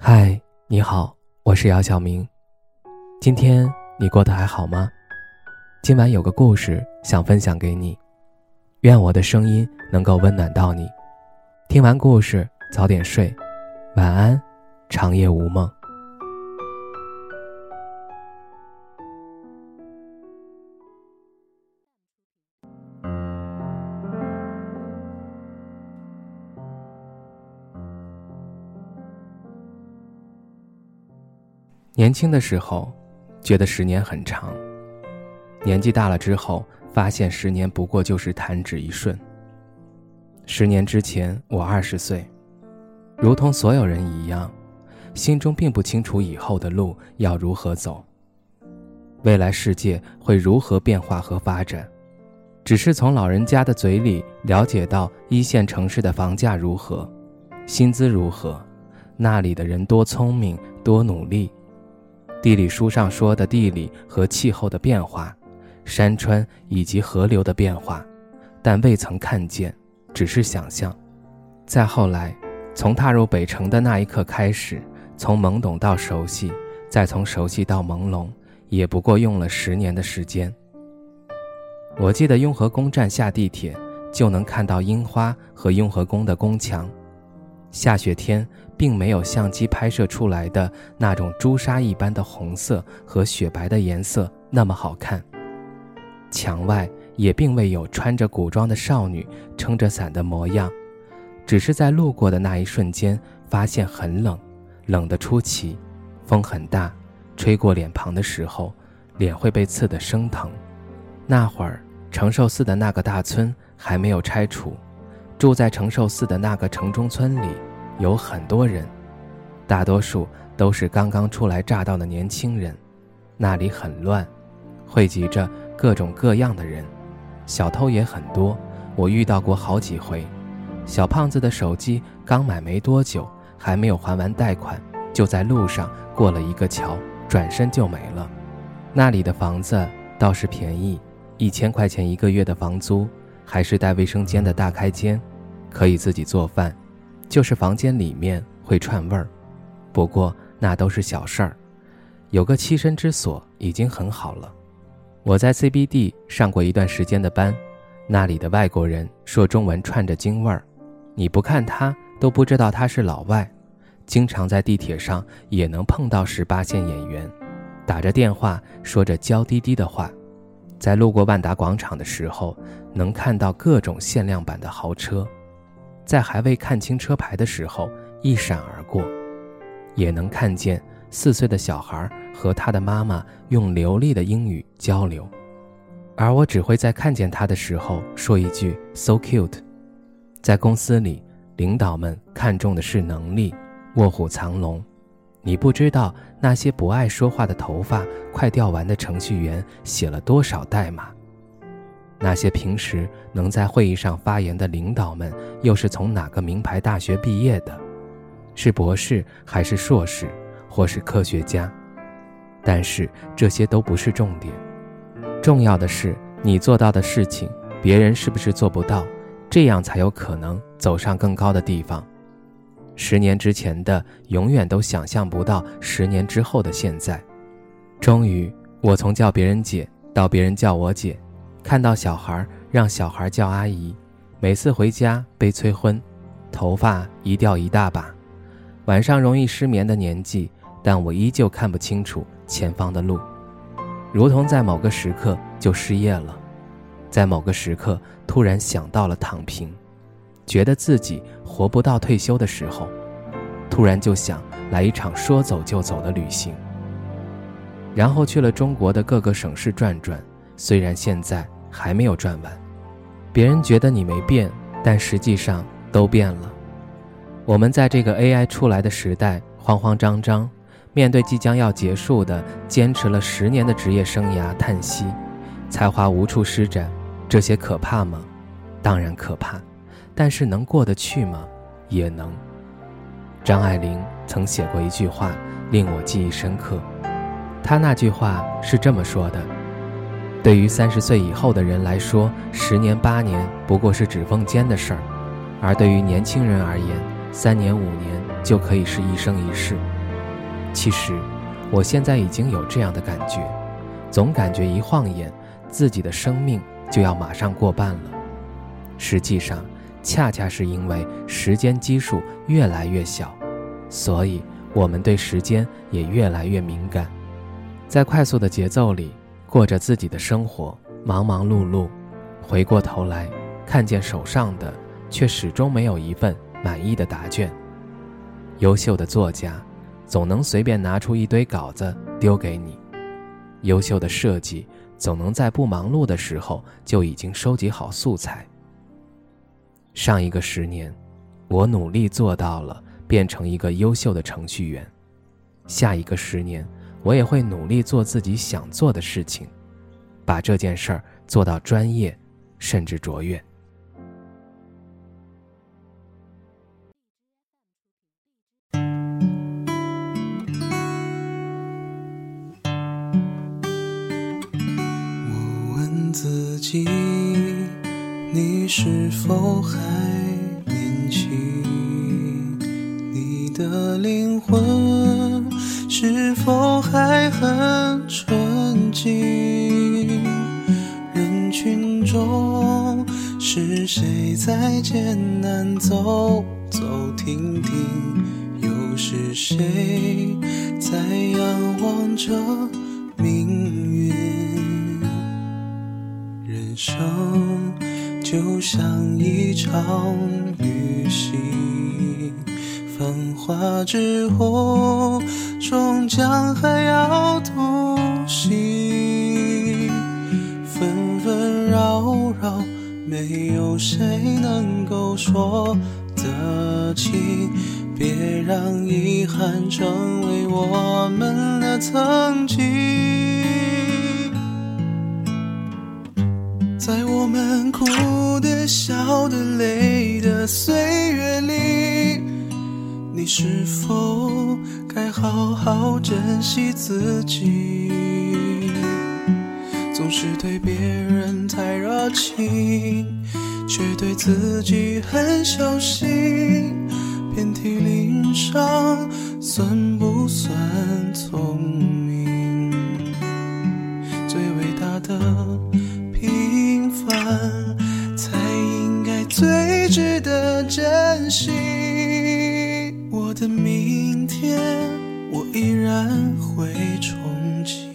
嗨，你好，我是姚晓明。今天你过得还好吗？今晚有个故事想分享给你，愿我的声音能够温暖到你。听完故事早点睡，晚安，长夜无梦。年轻的时候觉得10年很长，年纪大了之后发现10年不过就是弹指一瞬。10年之前我20岁，如同所有人一样，心中并不清楚以后的路要如何走，未来世界会如何变化和发展，只是从老人家的嘴里了解到一线城市的房价如何，薪资如何，那里的人多聪明多努力，地理书上说的地理和气候的变化，山川以及河流的变化，但未曾看见，只是想象。再后来，从踏入北城的那一刻开始，从懵懂到熟悉，再从熟悉到朦胧，也不过用了10年的时间。我记得雍和宫站下地铁就能看到樱花和雍和宫的宫墙，下雪天并没有相机拍摄出来的那种朱砂一般的红色和雪白的颜色那么好看，墙外也并未有穿着古装的少女撑着伞的模样，只是在路过的那一瞬间发现很冷，冷得出奇，风很大，吹过脸庞的时候脸会被刺得生疼。那会儿承寿寺的那个大村还没有拆除，住在承寿寺的那个城中村里有很多人，大多数都是刚刚初来乍到的年轻人，那里很乱，汇集着各种各样的人，小偷也很多，我遇到过好几回。小胖子的手机刚买没多久，还没有还完贷款，就在路上过了一个桥，转身就没了。那里的房子倒是便宜，1000块钱一个月的房租，还是带卫生间的大开间，可以自己做饭，就是房间里面会串味儿，不过那都是小事儿，有个栖身之所已经很好了。我在 CBD 上过一段时间的班，那里的外国人说中文串着京味儿，你不看他都不知道他是老外，经常在地铁上也能碰到18线演员，打着电话说着娇滴滴的话，在路过万达广场的时候能看到各种限量版的豪车，在还未看清车牌的时候一闪而过，也能看见4岁的小孩和他的妈妈用流利的英语交流，而我只会在看见他的时候说一句 so cute。 在公司里，领导们看重的是能力，卧虎藏龙，你不知道那些不爱说话的头发快掉完的程序员写了多少代码，那些平时能在会议上发言的领导们又是从哪个名牌大学毕业的，是博士还是硕士，或是科学家。但是这些都不是重点，重要的是你做到的事情别人是不是做不到，这样才有可能走上更高的地方。10年之前的永远都想象不到10年之后的现在。终于我从叫别人姐到别人叫我姐，看到小孩让小孩叫阿姨，每次回家被催婚，头发一掉一大把，晚上容易失眠的年纪，但我依旧看不清楚前方的路，如同在某个时刻就失业了，在某个时刻突然想到了躺平，觉得自己活不到退休的时候，突然就想来一场说走就走的旅行，然后去了中国的各个省市转转，虽然现在还没有转完。别人觉得你没变，但实际上都变了。我们在这个 AI 出来的时代慌慌张张，面对即将要结束的坚持了10年的职业生涯叹息，才华无处施展，这些可怕吗？当然可怕，但是能过得去吗？也能。张爱玲曾写过一句话令我记忆深刻，她那句话是这么说的：对于30岁以后的人来说，10年8年不过是指缝间的事儿，而对于年轻人而言，3年5年就可以是一生一世。 其实我现在已经有这样的感觉，总感觉一晃眼自己的生命就要马上过半了。实际上恰恰是因为时间基数越来越小，所以我们对时间也越来越敏感，在快速的节奏里过着自己的生活，忙忙碌碌，回过头来看见手上的却始终没有一份满意的答卷。优秀的作家总能随便拿出一堆稿子丢给你，优秀的设计总能在不忙碌的时候就已经收集好素材。上一个10年，我努力做到了变成一个优秀的程序员，下一个10年，我也会努力做自己想做的事情，把这件事儿做到专业，甚至卓越。 我问自己，你是否还年轻？你的灵魂是否还很纯净？人群中是谁在艰难走走停停？又是谁在仰望着命运？人生就像一场旅行，繁华之后终将还要独行，纷纷扰扰，没有谁能够说得清，别让遗憾成为我们的曾经。在我们哭的、笑的、累的岁月里，你是否该好好珍惜自己？总是对别人太热情，却对自己很小心，遍体鳞伤，算不算聪明？最伟大的平凡，才应该最值得珍惜。我的明天，我依然会憧憬。